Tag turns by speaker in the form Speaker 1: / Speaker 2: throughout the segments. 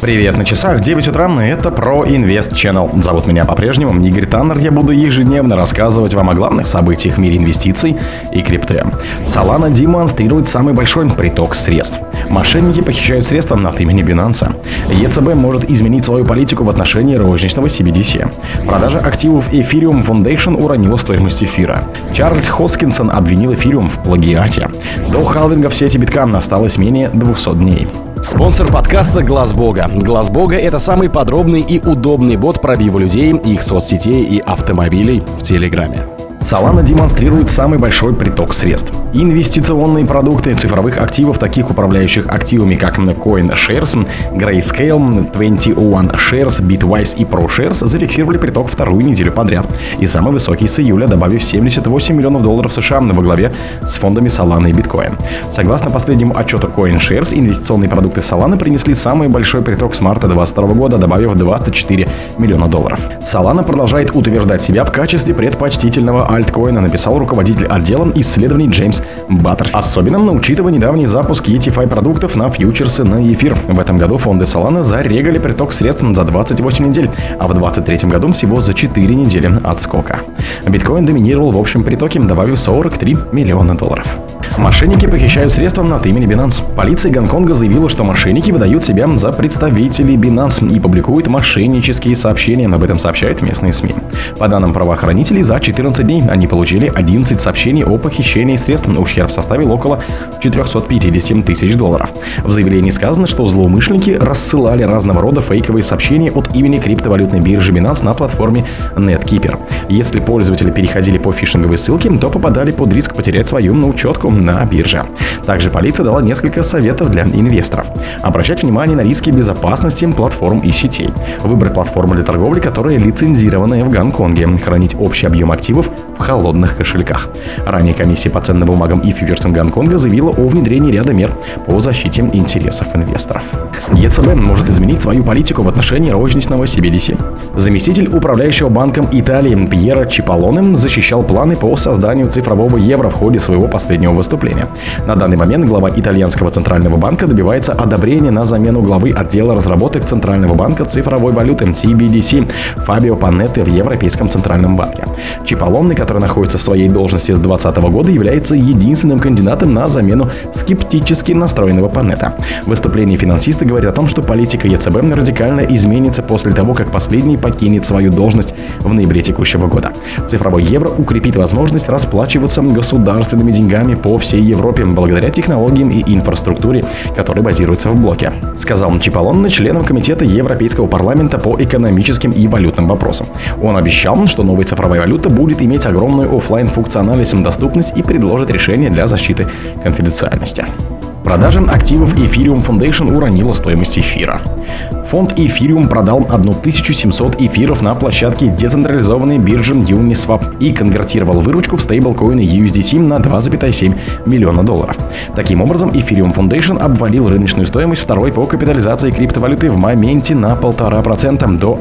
Speaker 1: Привет, на часах 9 утра, это про Invest Channel. Зовут меня по-прежнему Игорь Таннер. Я буду ежедневно рассказывать вам о главных событиях в мире инвестиций и крипты. Solana демонстрирует самый большой приток средств. Мошенники похищают средства от имени Binance. ЕЦБ может изменить свою политику в отношении розничного CBDC. Продажа активов Ethereum Foundation уронила стоимость эфира. Чарльз Хоскинсон обвинил Ethereum в плагиате. До халвинга в сети биткоин осталось менее 200 дней.
Speaker 2: Спонсор подкаста Глаз Бога. Глаз Бога — это самый подробный и удобный бот пробива людей, их соцсетей и автомобилей в Телеграме.
Speaker 1: Solana демонстрирует самый большой приток средств. Инвестиционные продукты цифровых активов, таких управляющих активами, как CoinShares, Grayscale, 21 Shares, Bitwise и ProShares, зафиксировали приток вторую неделю подряд. И самый высокий с июля, добавив $78 миллионов США во главе с фондами Solana и Bitcoin. Согласно последнему отчету CoinShares, инвестиционные продукты Solana принесли самый большой приток с марта 2022 года, добавив $24 миллиона. Solana продолжает утверждать себя в качестве предпочтительного альткоина, написал руководитель отдела исследований Джеймс Баттер. Особенно учитывая недавний запуск ETFI продуктов на фьючерсы на эфир. В этом году фонды Solana зарегали приток средств за 28 недель, а в 2023 году всего за 4 недели отскока. Биткоин доминировал в общем притоке, добавив $43 миллиона. Мошенники похищают средства от имени Binance. Полиция Гонконга заявила, что мошенники выдают себя за представителей Binance и публикуют мошеннические сообщения. Об этом сообщают местные СМИ. По данным правоохранителей, за 14 дней они получили 11 сообщений о похищении средств. Ущерб составил около $450 тысяч. В заявлении сказано, что злоумышленники рассылали разного рода фейковые сообщения от имени криптовалютной биржи Binance на платформе NetKeeper. Если пользователи переходили по фишинговой ссылке, то попадали под риск потерять свою учетку на бирже. Также полиция дала несколько советов для инвесторов. Обращать внимание на риски безопасности платформ и сетей. Выбрать платформу для торговли, которая лицензированная в Гонконге. Хранить общий объем активов в холодных кошельках. Ранее комиссия по ценным бумагам и фьючерсам Гонконга заявила о внедрении ряда мер по защите интересов инвесторов. ЕЦБ может изменить свою политику в отношении розничного CBDC. Заместитель управляющего банком Италии Пьеро Чипалоне защищал планы по созданию цифрового евро в ходе своего последнего выступления. На данный момент глава итальянского центрального банка добивается одобрения на замену главы отдела разработок Центрального банка цифровой валюты CBDC Фабио Панетти в Европейском центральном банке. Чипалоне, который находится в своей должности с 2020 года, является единственным кандидатом на замену скептически настроенного Панетта. В выступлении финансиста говорит о том, что политика ЕЦБ радикально изменится после того, как последний покинет свою должность в ноябре текущего года. Цифровой евро укрепит возможность расплачиваться государственными деньгами по всей Европе благодаря технологиям и инфраструктуре, которые базируются в блоке, сказал Чипалоне членам комитета Европейского парламента по экономическим и валютным вопросам. Он обещал, что новая цифровая валюта будет иметь огромную офлайн-функциональность, доступность и предложит решения для защиты конфиденциальности. Продажа активов Ethereum Foundation уронила стоимость эфира. Фонд Ethereum продал 1700 эфиров на площадке децентрализованной биржи Uniswap и конвертировал выручку в стейблкоины USDC на $2,7 миллиона. Таким образом, Ethereum Foundation обвалил рыночную стоимость второй по капитализации криптовалюты в моменте на 1,5% до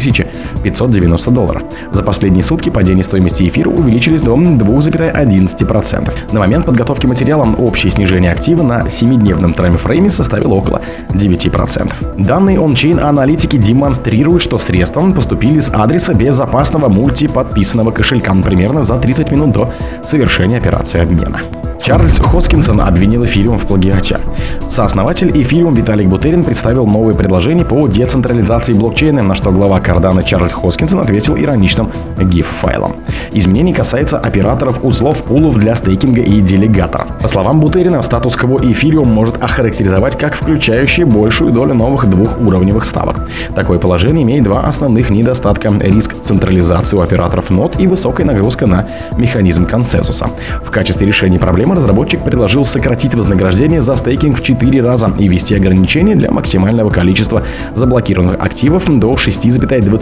Speaker 1: $1590. За последние сутки падение стоимости эфира увеличились до 2,11%. На момент подготовки материала общее снижение актива на 7-дневном таймфрейме составило около 9%. Данные ончейн-аналитики демонстрируют, что средства поступили с адреса безопасного мультиподписанного кошелька примерно за 30 минут до совершения операции обмена. Чарльз Хоскинсон обвинил Ethereum в плагиате. Сооснователь Ethereum Виталик Бутерин представил новые предложения по децентрализации блокчейна, на что глава Cardano Чарльз Хоскинсон ответил ироничным GIF-файлом. Изменений касается операторов узлов, пулов для стейкинга и делегаторов. По словам Бутерина, статус-кво Ethereum может охарактеризовать как включающий большую долю новых двухуровневых ставок. Такое положение имеет два основных недостатка: риск централизации у операторов нод и высокая нагрузка на механизм консенсуса. В качестве решения проблемы разработчик предложил сократить вознаграждение за стейкинг в 4 раза и ввести ограничения для максимального количества заблокированных активов до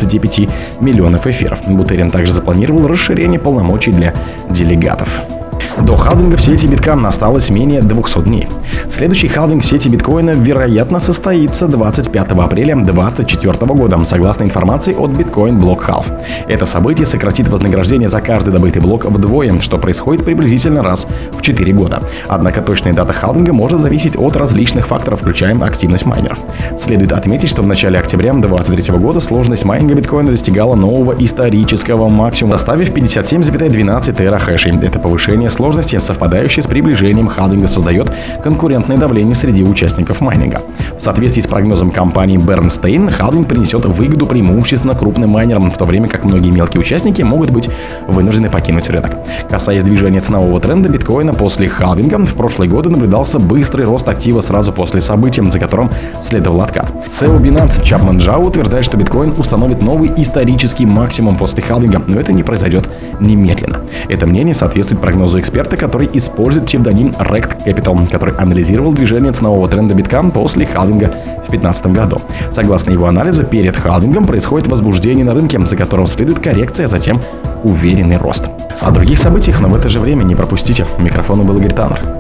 Speaker 1: 6,25 миллионов эфиров. Бутерин также запланировал расширение полномочий для делегатов. До халвинга в сети биткоина осталось менее 200 дней. Следующий халвинг сети биткоина, вероятно, состоится 25 апреля 2024 года, согласно информации от Bitcoin Block Half. Это событие сократит вознаграждение за каждый добытый блок вдвое, что происходит приблизительно раз в 4 года. Однако точная дата халвинга может зависеть от различных факторов, включая активность майнеров. Следует отметить, что в начале октября 2023 года сложность майнинга биткоина достигала нового исторического максимума, составив 57,12 терахэшей. Это повышение сложности, совпадающее с приближением халвинга, создает конкурентное давление среди участников майнинга. В соответствии с прогнозом компании Bernstein, халвинг принесет выгоду преимущественно крупным майнерам, в то время как многие мелкие участники могут быть вынуждены покинуть рынок. Касаясь движения ценового тренда биткоина после халвинга, в прошлые годы наблюдался быстрый рост актива сразу после события, за которым следовал откат. CEO Binance Чапман Джао утверждает, что биткоин установит новый исторический максимум после халвинга, но это не произойдет немедленно. Это мнение соответствует прогнозу эксперта, который использует псевдоним Rekt Capital, который анализировал движение ценового тренда биткоина после халвинга в 2015 году. Согласно его анализу, перед халвингом происходит возбуждение на рынке, за которым следует коррекция, а затем уверенный рост. О других событиях, но в это же время не пропустите. У микрофона был Игорь Таннер.